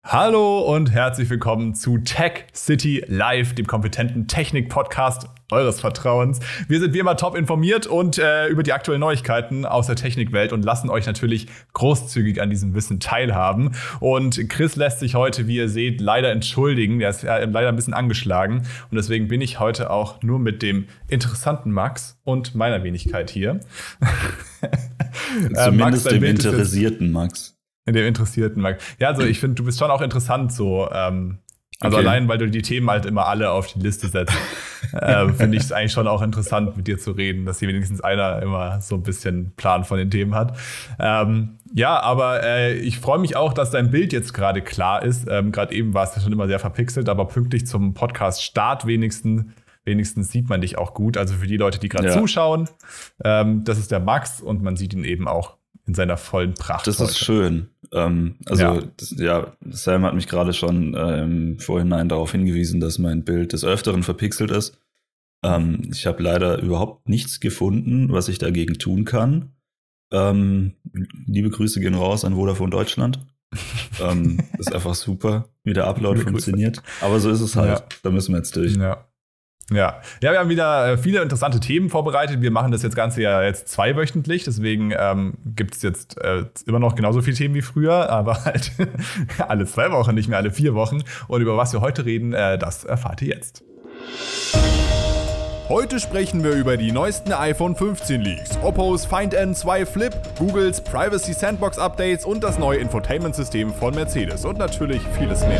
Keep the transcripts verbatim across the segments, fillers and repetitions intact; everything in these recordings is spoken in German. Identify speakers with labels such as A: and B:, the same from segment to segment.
A: Hallo und herzlich willkommen zu Tech City Live, dem kompetenten Technik-Podcast eures Vertrauens. Wir sind wie immer top informiert und äh, über die aktuellen Neuigkeiten aus der Technikwelt und lassen euch natürlich großzügig an diesem Wissen teilhaben. Und Chris lässt sich heute, wie ihr seht, leider entschuldigen. Er ist äh, leider ein bisschen angeschlagen und deswegen bin ich heute auch nur mit dem interessanten Max und meiner Wenigkeit hier.
B: Zumindest äh, Max, dem interessierten Max.
A: In dem interessierten Max. Ja, also ich finde, du bist schon auch interessant so. Ähm, also okay. Allein, weil du die Themen halt immer alle auf die Liste setzt, äh, finde ich es eigentlich schon auch interessant, mit dir zu reden, dass hier wenigstens einer immer so ein bisschen Plan von den Themen hat. Ähm, ja, aber äh, ich freue mich auch, dass dein Bild jetzt gerade klar ist. Ähm, gerade eben war es ja schon immer sehr verpixelt, aber pünktlich zum Podcast-Start wenigstens Wenigstens sieht man dich auch gut. Also für die Leute, die gerade ja. zuschauen, ähm, das ist der Max und man sieht ihn eben auch in seiner vollen Pracht.
B: Das
A: heute.
B: Ist schön. Ähm, also ja. Das, ja, Sam hat mich gerade schon äh, im Vorhinein darauf hingewiesen, dass mein Bild des Öfteren verpixelt ist. Ähm, ich habe leider überhaupt nichts gefunden, was ich dagegen tun kann. Ähm, liebe Grüße gehen raus an Vodafone Deutschland. ähm, ist einfach super, wie der Upload funktioniert. Aber so ist es halt. Ja. Da müssen wir jetzt durch.
A: Ja. Ja. ja, wir haben wieder viele interessante Themen vorbereitet. Wir machen das jetzt Ganze ja jetzt zweiwöchentlich, deswegen ähm, gibt es jetzt äh, immer noch genauso viele Themen wie früher, aber halt alle zwei Wochen, nicht mehr alle vier Wochen. Und über was wir heute reden, äh, das erfahrt ihr jetzt. Heute sprechen wir über die neuesten iPhone fünfzehn Leaks, Oppos Find N zwei Flip, Googles Privacy Sandbox Updates und das neue Infotainment-System von Mercedes und natürlich vieles mehr.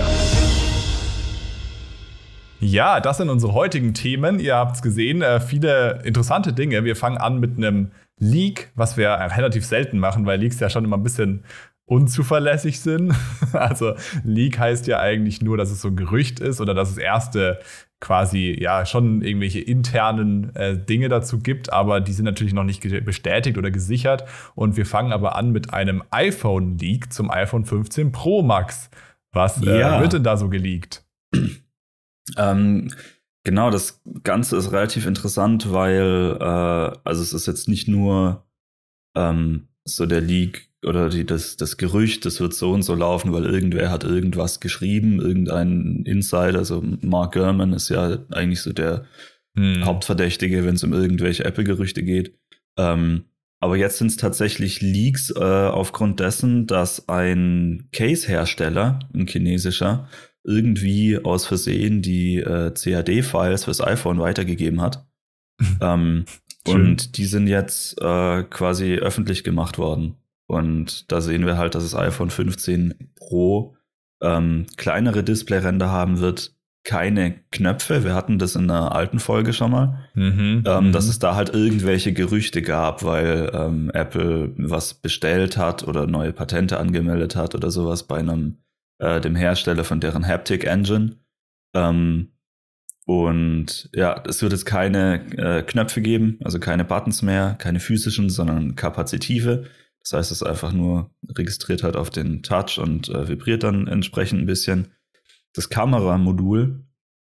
A: Ja, das sind unsere heutigen Themen. Ihr habt es gesehen, äh, viele interessante Dinge. Wir fangen an mit einem Leak, was wir relativ selten machen, weil Leaks ja schon immer ein bisschen unzuverlässig sind. Also Leak heißt ja eigentlich nur, dass es so ein Gerücht ist oder dass es erste quasi ja schon irgendwelche internen äh, Dinge dazu gibt, aber die sind natürlich noch nicht ge- bestätigt oder gesichert. Und wir fangen aber an mit einem iPhone-Leak zum iPhone fünfzehn Pro Max. Was äh, ja. wird denn da so geleakt?
B: Ähm, genau, das Ganze ist relativ interessant, weil äh, also es ist jetzt nicht nur ähm, so der Leak oder die, das, das Gerücht, das wird so und so laufen, weil irgendwer hat irgendwas geschrieben, irgendein Insider, also Mark Gurman ist ja eigentlich so der hm. Hauptverdächtige, wenn es um irgendwelche Apple-Gerüchte geht. Ähm, aber jetzt sind es tatsächlich Leaks äh, aufgrund dessen, dass ein Case-Hersteller, ein chinesischer, irgendwie aus Versehen die äh, C A D-Files fürs iPhone weitergegeben hat. ähm, und die sind jetzt äh, quasi öffentlich gemacht worden. Und da sehen wir halt, dass das iPhone fünfzehn Pro ähm, kleinere Displayränder haben wird, keine Knöpfe. Wir hatten das in einer alten Folge schon mal, mhm, ähm, mhm. dass es da halt irgendwelche Gerüchte gab, weil ähm, Apple was bestellt hat oder neue Patente angemeldet hat oder sowas bei einem Äh, dem Hersteller von deren Haptic Engine. Ähm, und ja, es wird jetzt keine äh, Knöpfe geben, also keine Buttons mehr, keine physischen, sondern kapazitive. Das heißt, es ist einfach nur registriert halt auf den Touch und äh, vibriert dann entsprechend ein bisschen. Das Kameramodul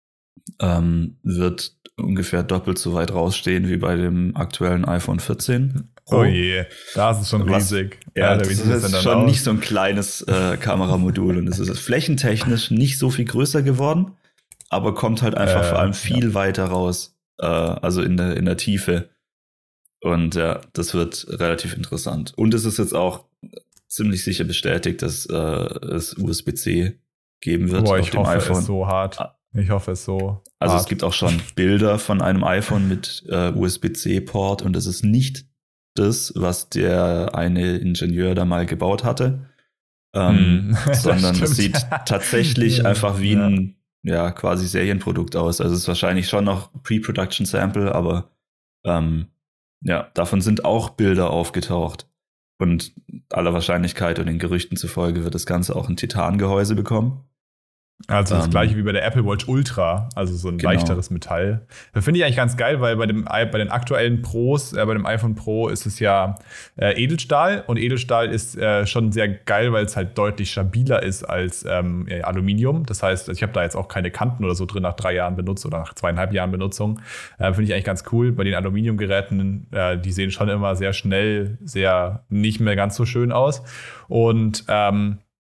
B: ähm, wird ungefähr doppelt so weit rausstehen wie bei dem aktuellen iPhone vierzehn.
A: Oh je, da ist es schon Was, riesig.
B: Ja, das ist, ist dann schon aus? Nicht so ein kleines äh, Kameramodul und es ist flächentechnisch nicht so viel größer geworden, aber kommt halt einfach äh, vor allem viel ja. weiter raus, äh, also in der, in der Tiefe. Und ja, das wird relativ interessant. Und es ist jetzt auch ziemlich sicher bestätigt, dass äh, es U S B C geben wird
A: Boah,
B: auf
A: ich
B: dem
A: hoffe
B: iPhone.
A: Es so hart. Ich hoffe es so.
B: Also
A: hart.
B: Es gibt auch schon Bilder von einem iPhone mit äh, U S B C-Port und es ist nicht das, was der eine Ingenieur da mal gebaut hatte, ähm, mm, sondern es sieht tatsächlich ja, einfach wie ja. ein ja quasi Serienprodukt aus. Also es ist wahrscheinlich schon noch Pre-Production-Sample, aber ähm, ja, davon sind auch Bilder aufgetaucht. Und aller Wahrscheinlichkeit und den Gerüchten zufolge wird das Ganze auch ein Titangehäuse bekommen.
A: Also das um, gleiche wie bei der Apple Watch Ultra, also so ein genau. leichteres Metall. Das finde ich eigentlich ganz geil, weil bei dem bei den aktuellen Pros, äh, bei dem iPhone Pro ist es ja äh, Edelstahl und Edelstahl ist äh, schon sehr geil, weil es halt deutlich stabiler ist als ähm, ja, Aluminium. Das heißt, ich habe da jetzt auch keine Kanten oder so drin nach drei Jahren Benutzung oder nach zweieinhalb Jahren Benutzung. Äh, finde ich eigentlich ganz cool. Bei den Aluminiumgeräten, äh, die sehen schon immer sehr schnell, sehr nicht mehr ganz so schön aus. Und ähm,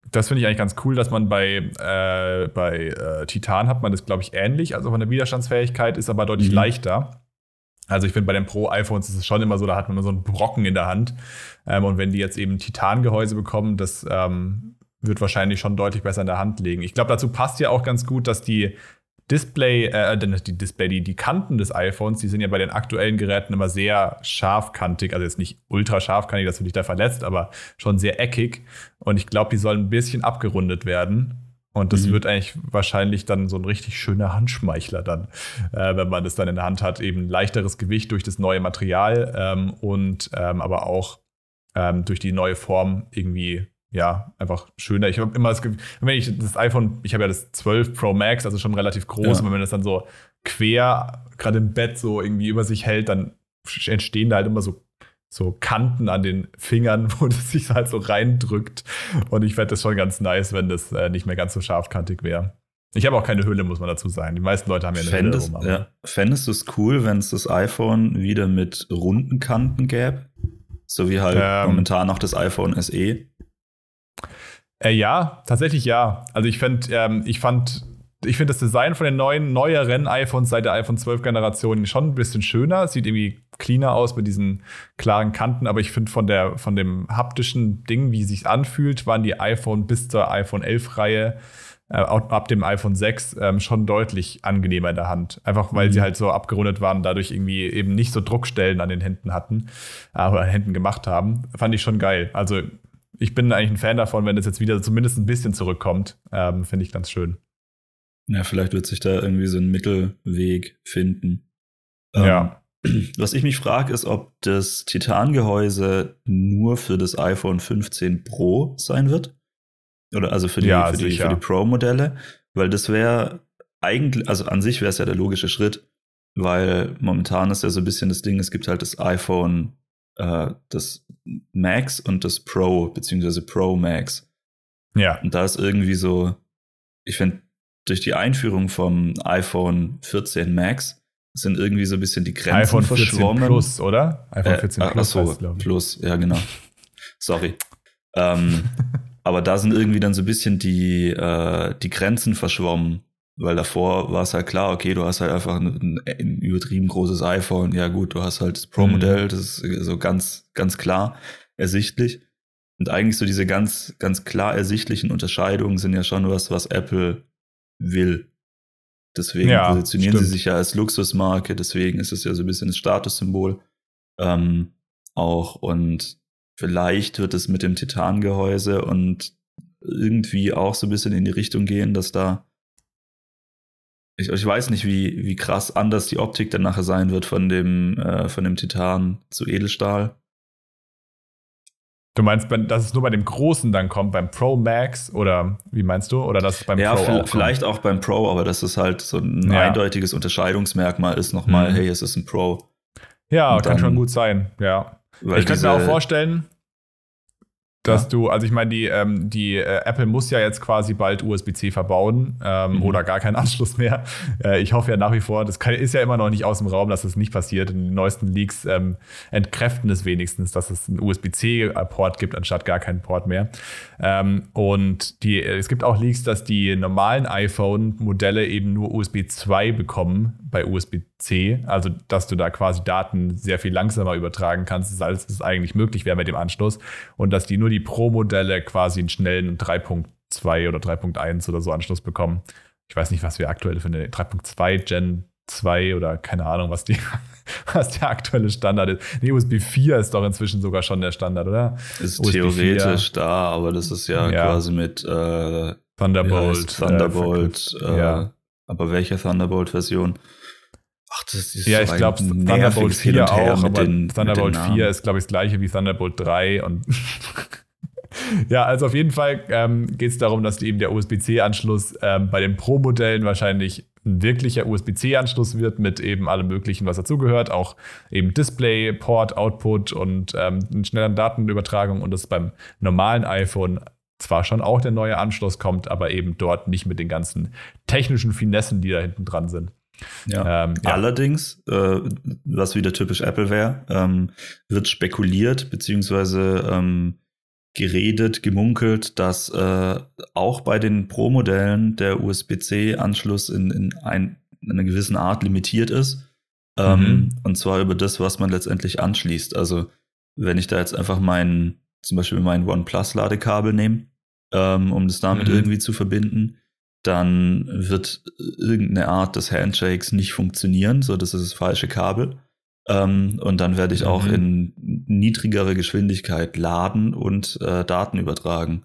A: das finde ich eigentlich ganz cool, dass man bei, äh, bei äh, Titan hat man das, glaube ich, ähnlich. Also von der Widerstandsfähigkeit ist aber deutlich mhm. leichter. Also ich finde, bei den Pro-iPhones ist es schon immer so, da hat man immer so einen Brocken in der Hand. Ähm, und wenn die jetzt eben Titangehäuse bekommen, das ähm, wird wahrscheinlich schon deutlich besser in der Hand liegen. Ich glaube, dazu passt ja auch ganz gut, dass die Display, äh, die Display, die, die Kanten des iPhones, die sind ja bei den aktuellen Geräten immer sehr scharfkantig, also jetzt nicht ultra scharfkantig, dass du dich da verletzt, aber schon sehr eckig. Und ich glaube, die sollen ein bisschen abgerundet werden. Und das mhm. wird eigentlich wahrscheinlich dann so ein richtig schöner Handschmeichler dann, äh, wenn man das dann in der Hand hat. Eben leichteres Gewicht durch das neue Material ähm, und ähm, aber auch ähm, durch die neue Form irgendwie, ja, einfach schöner. Ich habe immer das Gefühl, wenn ich das iPhone, ich habe ja das zwölf Pro Max, also schon relativ groß, ja. und wenn man das dann so quer, gerade im Bett so irgendwie über sich hält, dann entstehen da halt immer so so Kanten an den Fingern, wo das sich halt so reindrückt. Und ich fände das schon ganz nice, wenn das äh, nicht mehr ganz so scharfkantig wäre. Ich habe auch keine Hülle, muss man dazu sagen. Die meisten Leute haben ja eine
B: Fändest,
A: Hülle rum.
B: Ja. Fändest du es cool, wenn es das iPhone wieder mit runden Kanten gäbe? So wie halt ähm, momentan noch das iPhone S E?
A: Äh, ja, tatsächlich ja. Also ich fand, ähm, ich fand Ich finde das Design von den neuen, neueren iPhones seit der iPhone zwölf Generation schon ein bisschen schöner. Sieht irgendwie cleaner aus mit diesen klaren Kanten. Aber ich finde von der, von dem haptischen Ding, wie es sich anfühlt, waren die iPhone bis zur iPhone elf Reihe, äh, ab dem iPhone sechs, ähm, schon deutlich angenehmer in der Hand. Einfach weil mhm. sie halt so abgerundet waren, dadurch irgendwie eben nicht so Druckstellen an den Händen hatten, äh, oder an den Händen gemacht haben. Fand ich schon geil. Also ich bin eigentlich ein Fan davon, wenn das jetzt wieder zumindest ein bisschen zurückkommt. Ähm, finde ich ganz schön.
B: Ja, vielleicht wird sich da irgendwie so ein Mittelweg finden.
A: Ja.
B: Ähm, was ich mich frage, ist, ob das Titangehäuse nur für das iPhone fünfzehn Pro sein wird. Oder also für die,
A: ja,
B: für die, für die Pro-Modelle. Weil das wäre eigentlich, also an sich wäre es ja der logische Schritt, weil momentan ist ja so ein bisschen das Ding, es gibt halt das iPhone, äh, das Max und das Pro, beziehungsweise Pro Max.
A: Ja.
B: Und da ist irgendwie so, ich finde, durch die Einführung vom iPhone vierzehn Max sind irgendwie so ein bisschen die Grenzen
A: iPhone
B: verschwommen.
A: vierzehn Plus, oder? iPhone vierzehn
B: äh,
A: Plus,
B: achso,
A: glaube ich.
B: Plus, ja genau. Sorry. ähm, aber da sind irgendwie dann so ein bisschen die, äh, die Grenzen verschwommen, weil davor war es halt klar, okay, du hast halt einfach ein, ein übertrieben großes iPhone. Ja gut, du hast halt das Pro-Modell, das ist so ganz, ganz klar ersichtlich. Und eigentlich so diese ganz, ganz klar ersichtlichen Unterscheidungen sind ja schon was, was Apple will. Deswegen
A: ja,
B: positionieren
A: stimmt.
B: sie sich ja als Luxusmarke, deswegen ist es ja so ein bisschen das Statussymbol ähm, auch. Und vielleicht wird es mit dem Titangehäuse und irgendwie auch so ein bisschen in die Richtung gehen, dass da ich, ich weiß nicht, wie, wie krass anders die Optik dann nachher sein wird von dem, äh, von dem Titan zu Edelstahl.
A: Du meinst, dass es nur bei dem Großen dann kommt, beim Pro Max, oder wie meinst du? Oder dass es beim
B: ja,
A: Pro
B: v-
A: auch
B: vielleicht
A: kommt?
B: auch beim Pro, aber dass es halt so ein
A: Ja.
B: eindeutiges Unterscheidungsmerkmal ist nochmal,
A: Mhm.
B: hey, es ist ein Pro.
A: Ja,
B: Und
A: kann
B: dann-
A: schon gut sein, ja.
B: Weil
A: Ich könnte mir
B: diese-
A: auch vorstellen, dass
B: Ja.
A: du, also ich meine, die, ähm, die äh, Apple muss ja jetzt quasi bald U S B C verbauen ähm,
B: Mhm.
A: oder gar keinen Anschluss mehr. Äh, ich hoffe ja nach wie vor, das kann, ist ja immer noch nicht aus dem Raum, dass das nicht passiert. Und die neuesten Leaks ähm, entkräften es wenigstens, dass es einen U S B C-Port gibt, anstatt gar keinen Port mehr. Ähm, und die, es gibt auch Leaks, dass die normalen iPhone-Modelle eben nur U S B zwei bekommen bei U S B C. Also, dass du da quasi Daten sehr viel langsamer übertragen kannst, als es eigentlich möglich wäre mit dem Anschluss. Und dass die nur die Pro-Modelle quasi einen schnellen drei Punkt zwei oder drei Punkt eins oder so Anschluss bekommen. Ich weiß nicht, was wir aktuell für eine drei Punkt zwei Gen zwei oder keine Ahnung, was, die, was der aktuelle Standard ist. Nee, U S B vier ist doch inzwischen sogar schon der Standard, oder?
B: Ist
A: U S B
B: theoretisch
A: vier.
B: da, aber das ist ja,
A: Ja.
B: quasi mit äh,
A: Thunderbolt.
B: wie heißt Thunderbolt.
A: Äh,
B: Äh,
A: ja.
B: Aber welche Thunderbolt-Version? Ach, das ist
A: Ja,
B: so
A: ich
B: ein
A: glaube, Thunderbolt
B: nerviges Hin
A: vier
B: und her
A: auch,
B: mit
A: aber
B: den,
A: Thunderbolt
B: mit den
A: vier
B: Namen.
A: ist, glaube ich, das gleiche wie Thunderbolt drei und ja, also auf jeden Fall ähm, geht es darum, dass eben der U S B C-Anschluss ähm, bei den Pro-Modellen wahrscheinlich ein wirklicher U S B C-Anschluss wird mit eben allem Möglichen, was dazugehört, auch eben Display, Port, Output und ähm, eine schnellere Datenübertragung und das beim normalen iPhone zwar schon auch der neue Anschluss kommt, aber eben dort nicht mit den ganzen technischen Finessen, die da hinten dran sind.
B: Ja.
A: Ähm, ja.
B: Allerdings, äh, was wieder typisch Apple wäre, ähm, wird spekuliert, beziehungsweise ähm, geredet, gemunkelt, dass äh, auch bei den Pro-Modellen der U S B C-Anschluss in, in, ein, in einer gewissen Art limitiert ist. Mhm. Ähm, und zwar über das, was man letztendlich anschließt. Also wenn ich da jetzt einfach mein, zum Beispiel mein OnePlus-Ladekabel nehme, ähm, um das damit mhm. irgendwie zu verbinden, dann wird irgendeine Art des Handshakes nicht funktionieren, so das ist das falsche Kabel. Ähm, und dann werde ich mhm. auch in niedrigere Geschwindigkeit laden und äh, Daten übertragen.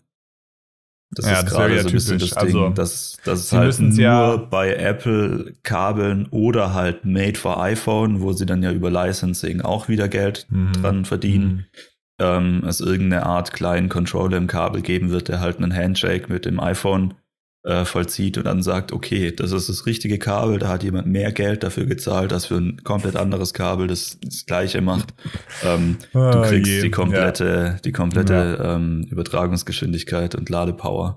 B: Das
A: ja,
B: ist
A: das
B: gerade
A: ja
B: so ein bisschen das
A: also,
B: Ding, dass, dass es halt nur ja bei Apple-Kabeln oder halt Made for iPhone, wo sie dann ja über Licensing auch wieder Geld mhm. dran verdienen, mhm. ähm, es irgendeine Art kleinen Controller im Kabel geben wird, der halt einen Handshake mit dem iPhone äh, vollzieht und dann sagt, okay, das ist das richtige Kabel, da hat jemand mehr Geld dafür gezahlt, als für ein komplett anderes Kabel, das das Gleiche macht. Ähm, oh, du kriegst je. die komplette, ja. die komplette ja. ähm, Übertragungsgeschwindigkeit und Ladepower.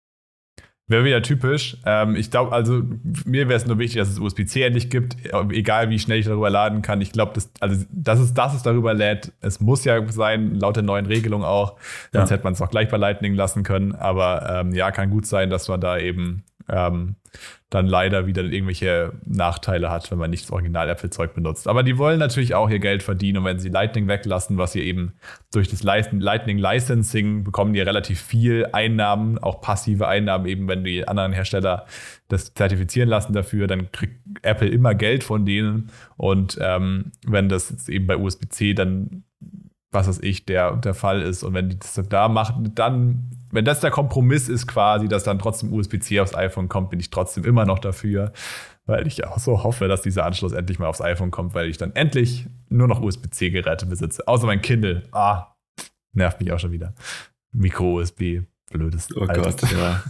A: Wäre wieder typisch. Ähm, ich glaube, also mir wäre es nur wichtig, dass es U S B C endlich gibt, egal wie schnell ich darüber laden kann. Ich glaube, dass, also, dass, es, dass es darüber lädt, es muss ja sein, laut der neuen Regelung auch. Sonst ja. hätte man es auch gleich bei Lightning lassen können. Aber ähm, ja, kann gut sein, dass man da eben ähm, dann leider wieder irgendwelche Nachteile hat, wenn man nicht das Original-Apple-Zeug benutzt. Aber die wollen natürlich auch ihr Geld verdienen und wenn sie Lightning weglassen, was sie eben durch das Lightning-Licensing bekommen, die ja relativ viel Einnahmen, auch passive Einnahmen, eben wenn die anderen Hersteller das zertifizieren lassen dafür, dann kriegt Apple immer Geld von denen und ähm, wenn das jetzt eben bei U S B C dann was weiß ich, der, der Fall ist. Und wenn die das da machen, dann, wenn das der Kompromiss ist quasi, dass dann trotzdem U S B C aufs iPhone kommt, bin ich trotzdem immer noch dafür, weil ich auch so hoffe, dass dieser Anschluss endlich mal aufs iPhone kommt, weil ich dann endlich nur noch U S B C-Geräte besitze. Außer mein Kindle. Ah, nervt mich auch schon wieder. Micro-U S B, blödes.
B: Oh Altes. Gott, ja.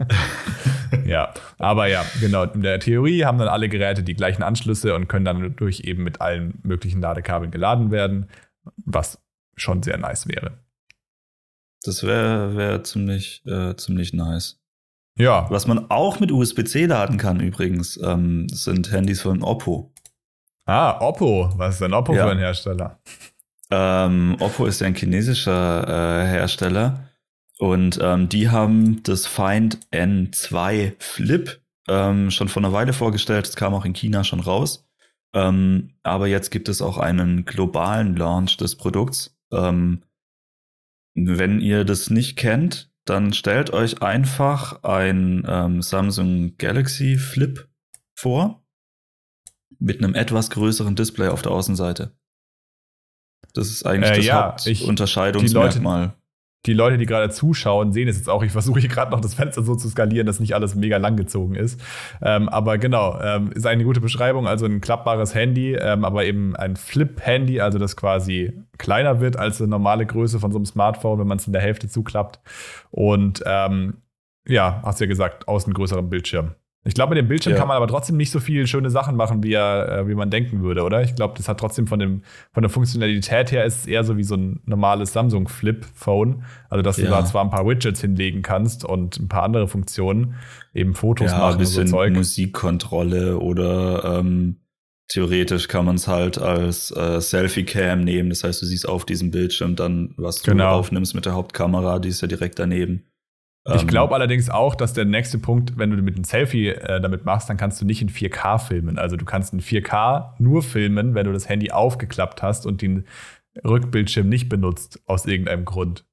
A: Ja, aber ja, genau. In der Theorie haben dann alle Geräte die gleichen Anschlüsse und können dann durch eben mit allen möglichen Ladekabeln geladen werden, was schon sehr nice wäre.
B: Das wäre wär ziemlich, äh, ziemlich nice.
A: Ja.
B: Was man auch mit U S B C laden kann übrigens, ähm, sind Handys von Oppo.
A: Ah, Oppo. Was ist denn Oppo ja. für ein Hersteller?
B: Ähm, Oppo ist ja ein chinesischer äh, Hersteller und ähm, die haben das Find N zwei Flip ähm, schon vor einer Weile vorgestellt. Das kam auch in China schon raus. Ähm, aber jetzt gibt es auch einen globalen Launch des Produkts. Ähm, wenn ihr das nicht kennt, dann stellt euch einfach ein ähm, Samsung Galaxy Flip vor mit einem etwas größeren Display auf der Außenseite. Das ist eigentlich äh, das
A: ja,
B: Hauptunterscheidungsmerkmal.
A: Die Leute, die gerade zuschauen, sehen es jetzt auch. Ich versuche hier gerade noch das Fenster so zu skalieren, dass nicht alles mega lang gezogen ist. Ähm, aber genau, ähm, ist eine gute Beschreibung. Also ein klappbares Handy, ähm, aber eben ein Flip-Handy, also das quasi kleiner wird als eine normale Größe von so einem Smartphone, wenn man es in der Hälfte zuklappt. Und ähm, ja, hast du ja gesagt, außen größeren Bildschirm. Ich glaube, mit dem Bildschirm ja. kann man aber trotzdem nicht so viele schöne Sachen machen, wie, er, wie man denken würde, oder? Ich glaube, das hat trotzdem von, dem, von der Funktionalität her ist es eher so wie so ein normales Samsung Flip-Phone. Also, dass ja. du da zwar ein paar Widgets hinlegen kannst und ein paar andere Funktionen, eben Fotos
B: ja,
A: machen
B: ein bisschen
A: und so Zeug.
B: Musikkontrolle oder ähm, theoretisch kann man es halt als äh, Selfie-Cam nehmen. Das heißt, du siehst auf diesem Bildschirm dann, was du
A: genau.
B: aufnimmst mit der Hauptkamera, die ist ja direkt daneben.
A: Ich glaube allerdings auch, dass der nächste Punkt, wenn du mit einem Selfie äh, damit machst, dann kannst du nicht in vier K filmen. Also du kannst in vier K nur filmen, wenn du das Handy aufgeklappt hast und den Rückbildschirm nicht benutzt, aus irgendeinem Grund.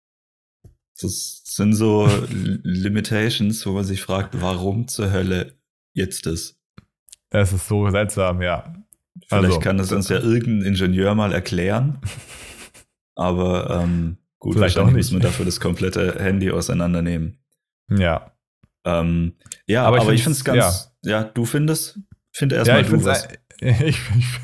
B: Das sind so Limitations, wo man sich fragt, warum zur Hölle jetzt das?
A: Das ist so seltsam, ja.
B: Vielleicht
A: also,
B: kann das uns ja irgendein Ingenieur mal erklären. Aber ähm, gut,
A: vielleicht
B: wahrscheinlich
A: auch
B: muss man dafür das komplette Handy auseinandernehmen.
A: Ja.
B: Ähm, ja, aber, aber ich finde es ganz, ja. ja, du findest? Find erstmal
A: ja,
B: du was.
A: Ich, ich,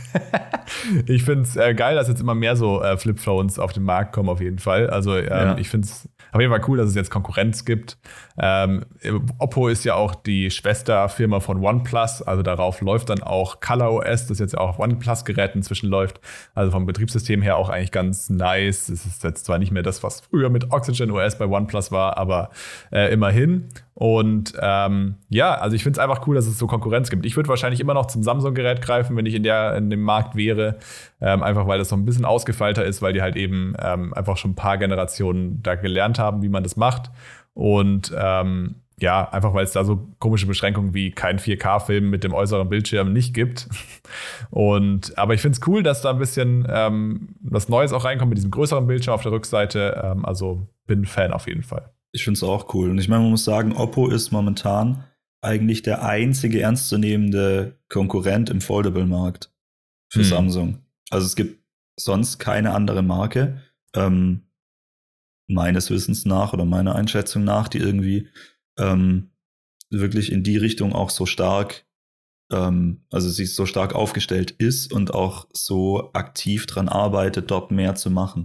A: ich finde es äh, geil, dass jetzt immer mehr so äh, Flip-Phones auf den Markt kommen, auf jeden Fall. Also ähm, ja. ich finde es auf jeden Fall cool, dass es jetzt Konkurrenz gibt. Ähm, Oppo ist ja auch die Schwesterfirma von OnePlus, also darauf läuft dann auch ColorOS, das jetzt auch auf OnePlus-Geräten inzwischen läuft. Also vom Betriebssystem her auch eigentlich ganz nice. Es ist jetzt zwar nicht mehr das, was früher mit OxygenOS bei OnePlus war, aber äh, immerhin. Und ähm, ja, also ich finde es einfach cool, dass es so Konkurrenz gibt. Ich würde wahrscheinlich immer noch zum Samsung-Gerät greifen, zugreifen, wenn ich in, der, in dem Markt wäre. Ähm, einfach weil das so ein bisschen ausgefeilter ist, weil die halt eben ähm, einfach schon ein paar Generationen da gelernt haben, wie man das macht. Und ähm, ja, einfach weil es da so komische Beschränkungen wie kein vier K-Film mit dem äußeren Bildschirm nicht gibt. Und aber ich finde es cool, dass da ein bisschen ähm, was Neues auch reinkommt mit diesem größeren Bildschirm auf der Rückseite. Ähm, also bin Fan auf jeden Fall.
B: Ich finde es auch cool. Und ich meine, man muss sagen, Oppo ist momentan eigentlich der einzige ernstzunehmende Konkurrent im Foldable-Markt für hm. Samsung. Also es gibt sonst keine andere Marke, ähm, meines Wissens nach oder meiner Einschätzung nach, die irgendwie ähm, wirklich in die Richtung auch so stark, ähm, also sich so stark aufgestellt ist und auch so aktiv dran arbeitet, dort mehr zu machen.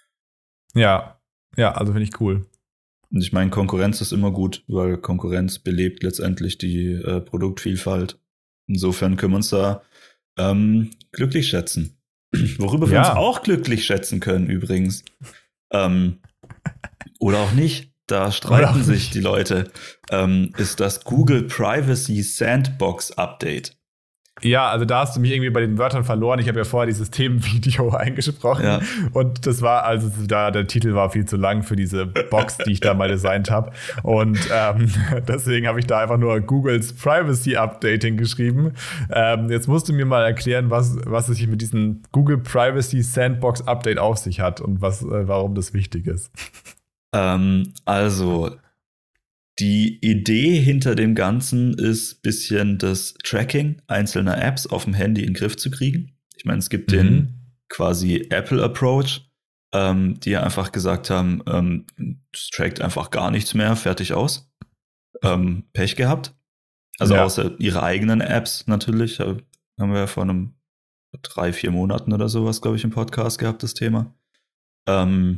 A: Ja, ja, also finde ich cool.
B: Und ich meine, Konkurrenz ist immer gut, weil Konkurrenz belebt letztendlich die äh, Produktvielfalt. Insofern können wir uns da ähm, glücklich schätzen. Worüber wir ja. uns auch glücklich schätzen können übrigens. Ähm, oder auch nicht. Da streiten sich die Leute, ähm, ist das Google Privacy Sandbox Update.
A: Ja, also da hast du mich irgendwie bei den Wörtern verloren. Ich habe ja vorher dieses Themenvideo eingesprochen ja. und das war, also da der Titel war viel zu lang für diese Box, die ich da mal designt habe. Und ähm, deswegen habe ich da einfach nur Googles Privacy Updating geschrieben. Ähm, jetzt musst du mir mal erklären, was, was es sich mit diesem Google Privacy Sandbox Update auf sich hat und was, äh, warum das wichtig ist.
B: Ähm, also die Idee hinter dem Ganzen ist ein bisschen das Tracking einzelner Apps auf dem Handy in den Griff zu kriegen. Ich meine, es gibt mhm. den quasi Apple-Approach, ähm, die ja einfach gesagt haben, ähm, es trackt einfach gar nichts mehr, fertig aus. Ähm, Pech gehabt. Also ja. außer ihre eigenen Apps natürlich. Haben wir ja vor einem drei, vier Monaten oder sowas, glaube ich, im Podcast gehabt, das Thema. Ähm,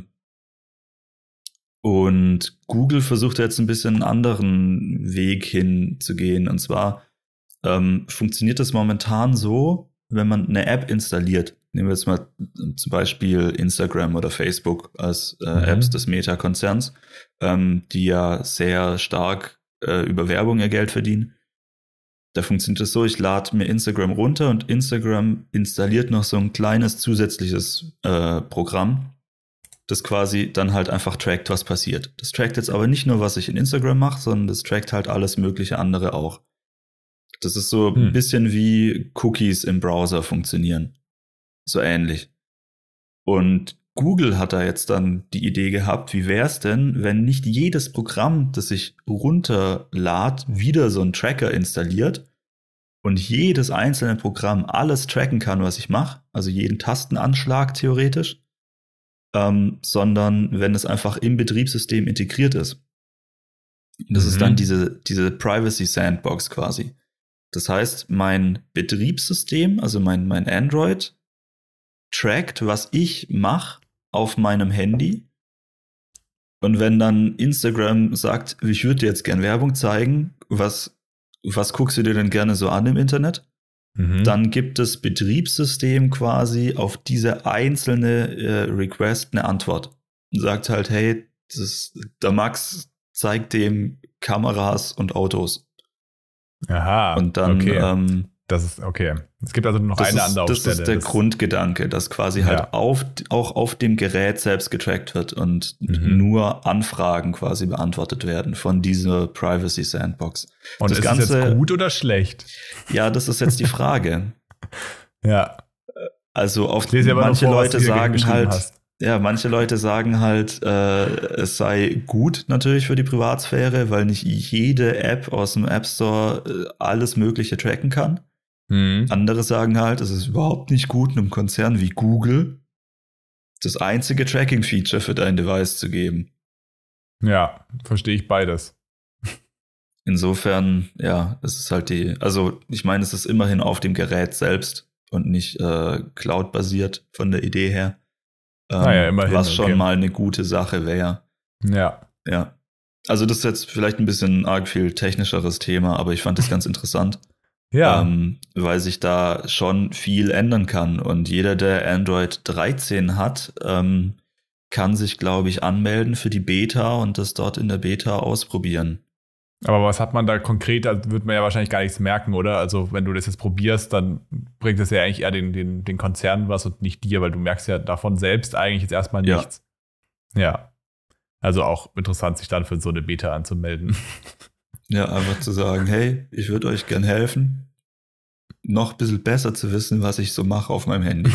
B: Und Google versucht jetzt ein bisschen einen anderen Weg hinzugehen. Und zwar ähm, funktioniert das momentan so, wenn man eine App installiert. Nehmen wir jetzt mal zum Beispiel Instagram oder Facebook als äh, mhm. Apps des Meta-Konzerns, ähm, die ja sehr stark äh, über Werbung ihr Geld verdienen. Da funktioniert das so, ich lade mir Instagram runter und Instagram installiert noch so ein kleines zusätzliches äh, Programm, das quasi dann halt einfach trackt, was passiert. Das trackt jetzt aber nicht nur, was ich in Instagram mache, sondern das trackt halt alles mögliche andere auch. Das ist so hm. ein bisschen wie Cookies im Browser funktionieren. So ähnlich. Und Google hat da jetzt dann die Idee gehabt, wie wäre es denn, wenn nicht jedes Programm, das ich runterlad, wieder so einen Tracker installiert und jedes einzelne Programm alles tracken kann, was ich mache, also jeden Tastenanschlag theoretisch, Ähm, sondern wenn es einfach im Betriebssystem integriert ist. Das mhm. ist dann diese, diese Privacy Sandbox quasi. Das heißt, mein Betriebssystem, also mein, mein Android, trackt, was ich mache auf meinem Handy. Und wenn dann Instagram sagt, ich würde dir jetzt gern Werbung zeigen, was, was guckst du dir denn gerne so an im Internet? Dann gibt das Betriebssystem quasi auf diese einzelne äh, Request eine Antwort. Und sagt halt, hey, das ist, der Max zeigt dem Kameras und Autos.
A: Aha,
B: und dann,
A: okay.
B: Ähm,
A: das ist okay. Es gibt also nur noch eine Anlaufstelle.
B: Das ist der das Grundgedanke, dass quasi ja. halt auf, auch auf dem Gerät selbst getrackt wird und mhm. nur Anfragen quasi beantwortet werden von dieser Privacy Sandbox.
A: Und
B: das
A: ist
B: Ganze,
A: es jetzt gut oder schlecht?
B: Ja, das ist jetzt die Frage.
A: ja.
B: Also auf manche vor, Leute sagen halt, hast. ja, manche Leute sagen halt, äh, es sei gut natürlich für die Privatsphäre, weil nicht jede App aus dem App Store äh, alles Mögliche tracken kann. Mhm. Andere sagen halt, es ist überhaupt nicht gut, einem Konzern wie Google das einzige Tracking-Feature für dein Device zu geben.
A: Ja, verstehe ich beides.
B: Insofern, ja, es ist halt die, also ich meine, es ist immerhin auf dem Gerät selbst und nicht äh, Cloud-basiert von der Idee her. Ähm,
A: naja, immerhin.
B: Was schon
A: okay.
B: mal eine gute Sache wäre.
A: Ja.
B: Ja. Also das ist jetzt vielleicht ein bisschen arg viel technischeres Thema, aber ich fand das ganz interessant.
A: Ja.
B: Ähm, weil sich da schon viel ändern kann. Und jeder, der Android dreizehn hat, ähm, kann sich, glaube ich, anmelden für die Beta und das dort in der Beta ausprobieren.
A: Aber was hat man da konkret? Da wird man ja wahrscheinlich gar nichts merken, oder? Also wenn du das jetzt probierst, dann bringt das ja eigentlich eher den, den, den Konzernen was und nicht dir, weil du merkst ja davon selbst eigentlich jetzt erstmal
B: Ja.
A: nichts. Ja. Also auch interessant, sich dann für so eine Beta anzumelden.
B: Ja, einfach zu sagen, hey, ich würde euch gern helfen, noch ein bisschen besser zu wissen, was ich so mache auf meinem Handy.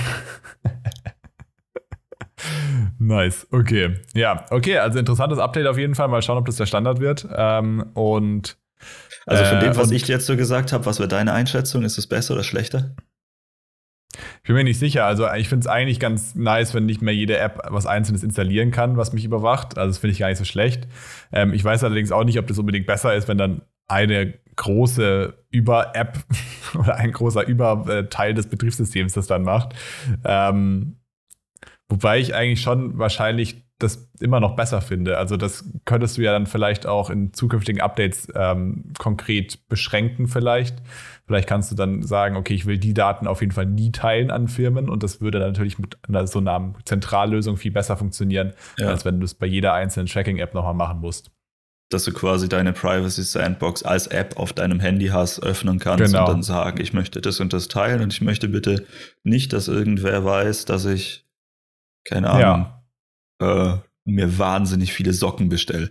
A: Nice, okay. Ja, okay, also interessantes Update auf jeden Fall. Mal schauen, ob das der Standard wird. Ähm, und
B: Also von
A: äh,
B: dem, was
A: und
B: ich jetzt so gesagt habe, was wäre deine Einschätzung? Ist es besser oder schlechter?
A: ich bin mir nicht sicher. Also ich finde es eigentlich ganz nice, wenn nicht mehr jede App was Einzelnes installieren kann, was mich überwacht. Also das finde ich gar nicht so schlecht. Ähm, ich weiß allerdings auch nicht, ob das unbedingt besser ist, wenn dann eine große Über-App oder ein großer Überteil des Betriebssystems das dann macht. Ähm, wobei ich eigentlich schon wahrscheinlich das immer noch besser finde. Also das könntest du ja dann vielleicht auch in zukünftigen Updates ähm, konkret beschränken vielleicht. Vielleicht kannst du dann sagen, okay, ich will die Daten auf jeden Fall nie teilen an Firmen und das würde dann natürlich mit einer, so einer Zentrallösung viel besser funktionieren,
B: Ja.
A: als wenn du es bei jeder einzelnen Tracking-App nochmal machen musst.
B: Dass du quasi deine Privacy Sandbox als App auf deinem Handy hast, öffnen kannst
A: Genau.
B: und dann sagen, ich möchte das und das teilen und ich möchte bitte nicht, dass irgendwer weiß, dass ich, keine Ahnung,
A: Ja.
B: äh, mir wahnsinnig viele Socken bestelle.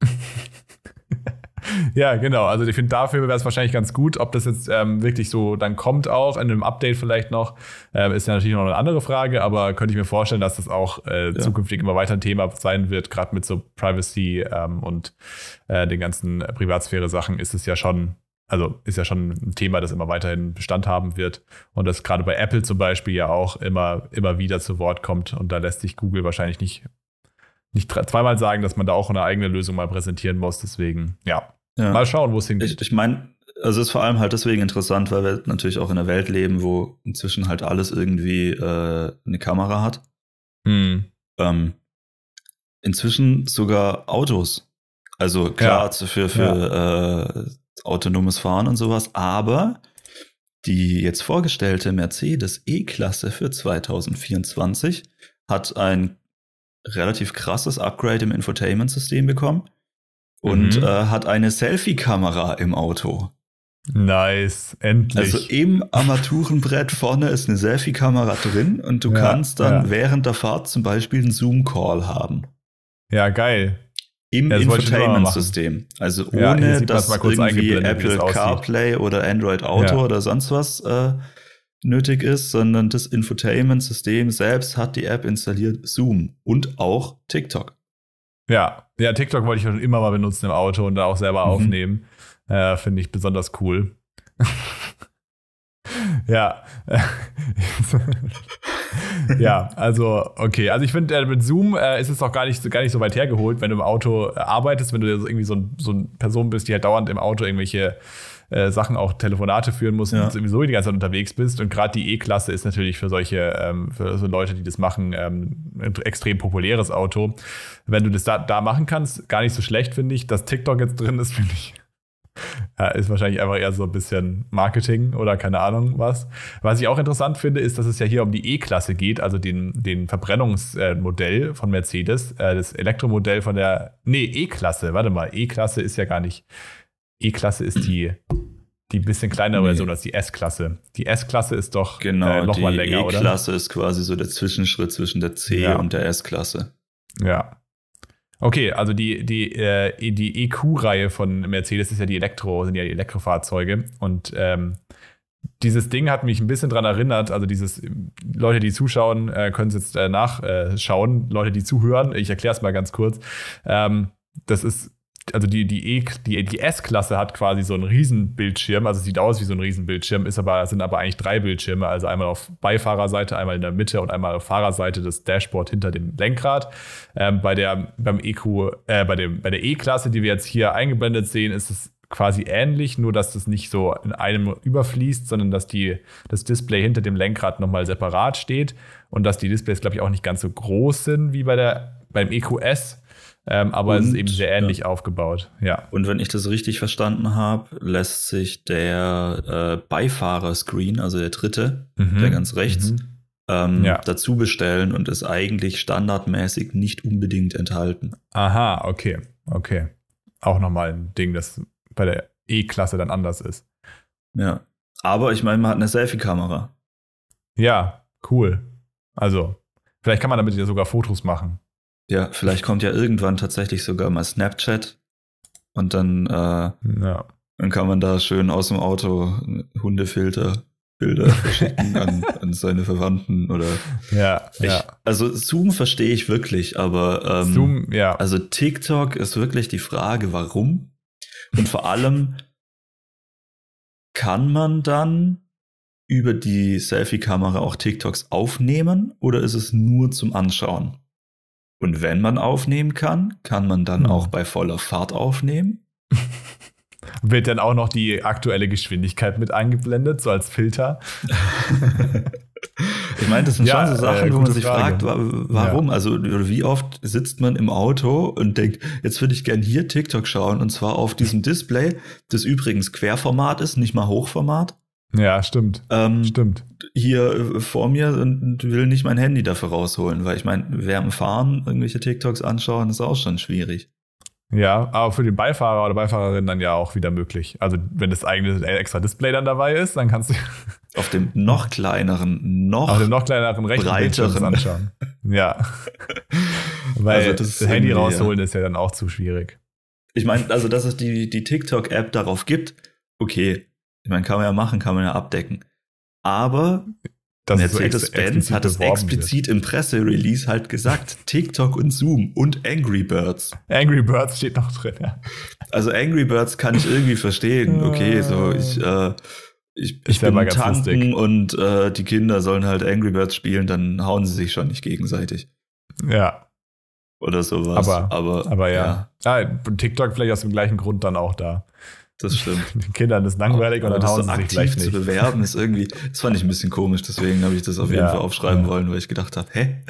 A: Ja, genau. Also ich finde, dafür wäre es wahrscheinlich ganz gut. Ob das jetzt ähm, wirklich so dann kommt auch, in einem Update vielleicht noch, äh, ist ja natürlich noch eine andere Frage, aber könnte ich mir vorstellen, dass das auch äh,
B: Ja.
A: zukünftig immer weiter ein Thema sein wird, gerade mit so Privacy ähm, und äh, den ganzen Privatsphäre-Sachen ist es ja schon, also ist ja schon ein Thema, das immer weiterhin Bestand haben wird und das gerade bei Apple zum Beispiel ja auch immer, immer wieder zu Wort kommt und da lässt sich Google wahrscheinlich nicht, nicht zweimal sagen, dass man da auch eine eigene Lösung mal präsentieren muss. Deswegen, ja.
B: Ja.
A: Mal schauen, wo es hingeht.
B: Ich, ich meine, also es ist vor allem halt deswegen interessant, weil wir natürlich auch in einer Welt leben, wo inzwischen halt alles irgendwie äh, eine Kamera hat.
A: Hm.
B: Ähm, inzwischen sogar Autos. Also klar,
A: Ja.
B: für, für äh, autonomes Fahren und sowas, aber die jetzt vorgestellte Mercedes E-Klasse für zwanzig vierundzwanzig hat ein relativ krasses Upgrade im Infotainment-System bekommen. Und
A: Mhm.
B: äh, hat eine Selfie-Kamera im Auto.
A: Nice, endlich.
B: Also im Armaturenbrett vorne ist eine Selfie-Kamera drin und du
A: Ja,
B: kannst dann
A: ja.
B: während der Fahrt zum Beispiel einen Zoom-Call haben.
A: Ja, geil.
B: Im
A: Ja, das wollte ich schon immer mal
B: Infotainment-System. Also
A: Ja, hier
B: ohne,
A: sieht man's
B: dass
A: mal kurz
B: irgendwie
A: eingeblendet, wie das
B: Apple
A: aussieht.
B: CarPlay oder Android Auto
A: Ja.
B: oder sonst was äh, nötig ist, sondern das Infotainment-System selbst hat die App installiert, Zoom und auch TikTok.
A: Ja, ja, TikTok wollte ich schon immer mal benutzen im Auto und da auch selber
B: Mhm.
A: aufnehmen. Äh, Finde ich besonders cool. Ja. Ja, also, okay. Also ich finde, äh, mit Zoom äh, ist es auch gar nicht, so- gar nicht so weit hergeholt, wenn du im Auto äh, arbeitest, wenn du jetzt irgendwie so, ein, so eine Person bist, die halt dauernd im Auto irgendwelche äh, Sachen, auch Telefonate führen muss
B: Ja.
A: und sowieso die ganze Zeit unterwegs bist. Und gerade die E-Klasse ist natürlich für solche, ähm, für so Leute, die das machen, ähm, ein extrem populäres Auto. Wenn du das da, da machen kannst, gar nicht so schlecht, finde ich. Dass TikTok jetzt drin ist, finde ich. Ja, ist wahrscheinlich einfach eher so ein bisschen Marketing oder keine Ahnung was. Was ich auch interessant finde, ist, dass es ja hier um die E-Klasse geht, also den, den Verbrennungsmodell von Mercedes, äh, das Elektromodell von der, nee, E-Klasse, warte mal, E-Klasse ist ja gar nicht, E-Klasse ist die, die bisschen kleinere
B: Nee.
A: Version als die S-Klasse. Die S-Klasse ist doch
B: Genau,
A: äh, noch
B: die
A: mal länger, oder?
B: E-Klasse ist quasi so der Zwischenschritt zwischen der C
A: Ja.
B: und der S-Klasse.
A: Ja. Okay, also die, die, äh, die E Q-Reihe von Mercedes ist ja die Elektro, sind ja die Elektrofahrzeuge. Und ähm, dieses Ding hat mich ein bisschen dran erinnert, also dieses, Leute, die zuschauen, äh, können es jetzt äh, nachschauen, Leute, die zuhören, ich erkläre es mal ganz kurz. Ähm, das ist, also die, die, e, die, die S-Klasse hat quasi so einen Riesenbildschirm, also es sieht aus wie so ein Riesenbildschirm, ist aber, sind aber eigentlich drei Bildschirme, also einmal auf Beifahrerseite, einmal in der Mitte und einmal auf Fahrerseite das Dashboard hinter dem Lenkrad. Ähm, bei der, beim E Q, äh, bei dem, bei der E-Klasse, die wir jetzt hier eingeblendet sehen, ist es quasi ähnlich, nur dass das nicht so in einem überfließt, sondern dass die, das Display hinter dem Lenkrad nochmal separat steht und dass die Displays, glaube ich, auch nicht ganz so groß sind wie bei der, beim E Q S. Ähm, aber
B: Und,
A: es ist eben sehr ähnlich
B: ja.
A: aufgebaut. Ja.
B: Und wenn ich das richtig verstanden habe, lässt sich der äh, Beifahrerscreen, also der dritte,
A: Mhm.
B: der ganz rechts,
A: Mhm.
B: ähm,
A: Ja.
B: dazu bestellen und ist eigentlich standardmäßig nicht unbedingt enthalten.
A: Aha, okay. Okay. Auch nochmal ein Ding, das bei der E-Klasse dann anders ist.
B: Ja. Aber ich meine, man hat eine Selfie-Kamera.
A: Ja, cool. Also, vielleicht kann man damit ja sogar Fotos machen.
B: Ja, vielleicht kommt ja irgendwann tatsächlich sogar mal Snapchat und dann, äh,
A: ja.
B: dann kann man da schön aus dem Auto Hundefilter Bilder verschicken an, an seine Verwandten oder
A: ja,
B: ich,
A: ja.
B: Also Zoom verstehe ich wirklich, aber ähm,
A: Zoom, ja.
B: Also TikTok ist wirklich die Frage, warum? Und vor allem kann man dann über die Selfie-Kamera auch TikToks aufnehmen oder ist es nur zum Anschauen? Und wenn man aufnehmen kann, kann man dann hm. auch bei voller Fahrt aufnehmen?
A: Wird dann auch noch die aktuelle Geschwindigkeit mit eingeblendet, so als Filter?
B: Ich meine, das sind ja, schon so Sachen, äh, wo man sich
A: Frage.
B: fragt, warum? Ja. Also wie oft sitzt man im Auto und denkt, jetzt würde ich gern hier TikTok schauen und zwar auf diesem Display, das übrigens Querformat ist, nicht mal Hochformat.
A: Ja, stimmt.
B: Ähm,
A: stimmt.
B: Hier vor mir und will nicht mein Handy dafür rausholen, weil ich meine, während dem Fahren irgendwelche TikToks anschauen, ist auch schon schwierig.
A: Ja, aber für den Beifahrer oder Beifahrerin dann ja auch wieder möglich. Also wenn das eigene extra Display dann dabei ist, dann kannst du
B: auf dem noch kleineren, noch,
A: auf dem noch kleineren rechten
B: breiteren
A: anschauen. Ja. Weil
B: also das,
A: das Handy rausholen ja. ist ja dann auch zu schwierig.
B: Ich meine, also dass es die, die TikTok-App darauf gibt, okay. Ich meine, kann man ja machen, kann man ja abdecken. Aber
A: das
B: Mercedes-Benz so hat es explizit wird. im Presserelease halt gesagt, TikTok und Zoom und Angry Birds.
A: Angry Birds steht noch drin, ja.
B: Also Angry Birds kann ich irgendwie verstehen. Okay, so ich, äh, ich, ich bin tanken lustig. und äh, die Kinder sollen halt Angry Birds spielen, dann hauen sie sich schon nicht gegenseitig.
A: Ja.
B: Oder sowas.
A: Aber,
B: aber,
A: aber ja. ja. Ah, TikTok vielleicht aus dem gleichen Grund dann auch da.
B: Das stimmt.
A: Den Kindern ist langweilig aber, und dann hauen sie so sich gleich nicht.
B: zu bewerben ist irgendwie, das fand ich ein bisschen komisch, deswegen habe ich das auf jeden ja, Fall aufschreiben ja. wollen, weil ich gedacht habe, hä?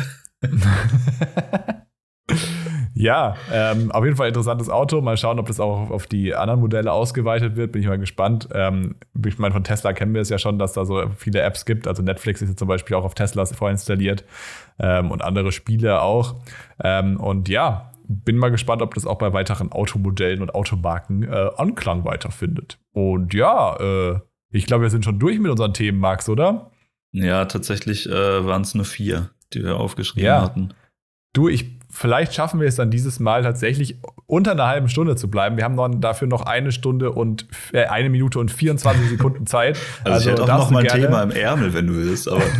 A: Ja, ähm, auf jeden Fall interessantes Auto. Mal schauen, ob das auch auf die anderen Modelle ausgeweitet wird. Bin ich mal gespannt. Ähm, ich meine, von Tesla kennen wir es ja schon, dass da so viele Apps gibt. Also Netflix ist jetzt zum Beispiel auch auf Teslas vorinstalliert ähm, und andere Spiele auch. Ähm, und ja, bin mal gespannt, ob das auch bei weiteren Automodellen und Automarken äh, Anklang weiterfindet. Und ja, äh, ich glaube, wir sind schon durch mit unseren Themen, Max, oder?
B: Ja, tatsächlich äh, waren es nur vier, die wir aufgeschrieben
A: ja.
B: hatten.
A: Du, ich, vielleicht schaffen wir es dann dieses Mal tatsächlich unter einer halben Stunde zu bleiben. Wir haben dann dafür noch eine Stunde und äh, eine Minute und vierundzwanzig Sekunden Zeit.
B: Also, also ich hätte auch noch mal ein gerne Thema im Ärmel, wenn du willst, aber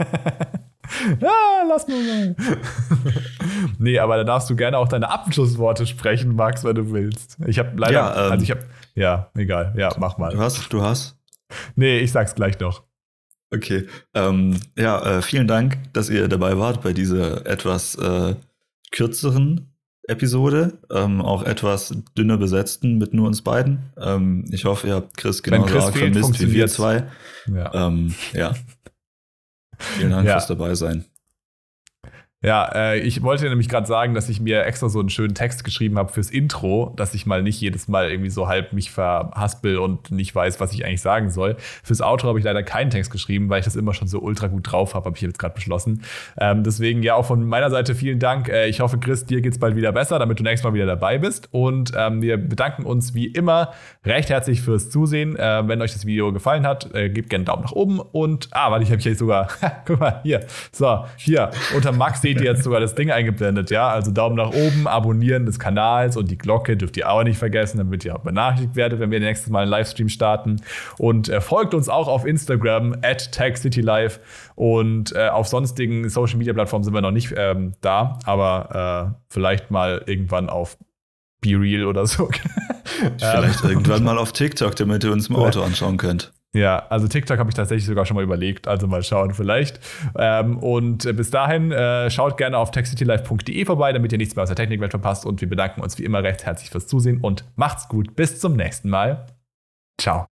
A: ja, lass mal mal. Nee, aber da darfst du gerne auch deine Abschlussworte sprechen, Max, wenn du willst. Ich habe leider,
B: ja, ähm,
A: also ich habe, ja, egal, ja, mach mal.
B: Du hast, du hast?
A: Nee, ich sag's gleich noch.
B: Okay, ähm, ja, äh, vielen Dank, dass ihr dabei wart bei dieser etwas äh, kürzeren Episode, ähm, auch etwas dünner besetzten mit nur uns beiden. Ähm, ich hoffe, ihr habt Chris genauso arg vermisst wie wir zwei.
A: Ja.
B: Ähm, ja. Vielen Dank
A: ja.
B: fürs dabei sein.
A: Ja, äh, ich wollte nämlich gerade sagen, dass ich mir extra so einen schönen Text geschrieben habe fürs Intro, dass ich mal nicht jedes Mal irgendwie so halb mich verhaspel und nicht weiß, was ich eigentlich sagen soll. Fürs Outro habe ich leider keinen Text geschrieben, weil ich das immer schon so ultra gut drauf habe, habe ich jetzt gerade beschlossen. Ähm, deswegen ja auch von meiner Seite vielen Dank. Äh, ich hoffe, Chris, dir geht's bald wieder besser, damit du nächstes Mal wieder dabei bist. Und ähm, wir bedanken uns wie immer recht herzlich fürs Zusehen. Äh, wenn euch das Video gefallen hat, äh, gebt gerne einen Daumen nach oben. Und, ah, warte, ich habe hier sogar, guck mal, hier, so, hier, unter Max seht ihr jetzt sogar das Ding eingeblendet, ja, also Daumen nach oben, Abonnieren des Kanals und die Glocke dürft ihr auch nicht vergessen, damit ihr auch benachrichtigt werdet, wenn wir nächstes Mal einen Livestream starten und äh, folgt uns auch auf Instagram at techcitylife und äh, auf sonstigen Social Media Plattformen sind wir noch nicht ähm, da, aber äh, vielleicht mal irgendwann auf BeReal oder so.
B: Vielleicht ähm, irgendwann mal auf TikTok, damit ihr uns im Auto anschauen könnt.
A: Ja, also TikTok habe ich tatsächlich sogar schon mal überlegt, also mal schauen vielleicht. Ähm, und äh, bis dahin äh, schaut gerne auf techcitylife punkt de vorbei, damit ihr nichts mehr aus der Technikwelt verpasst und wir bedanken uns wie immer recht herzlich fürs Zusehen und macht's gut, bis zum nächsten Mal. Ciao.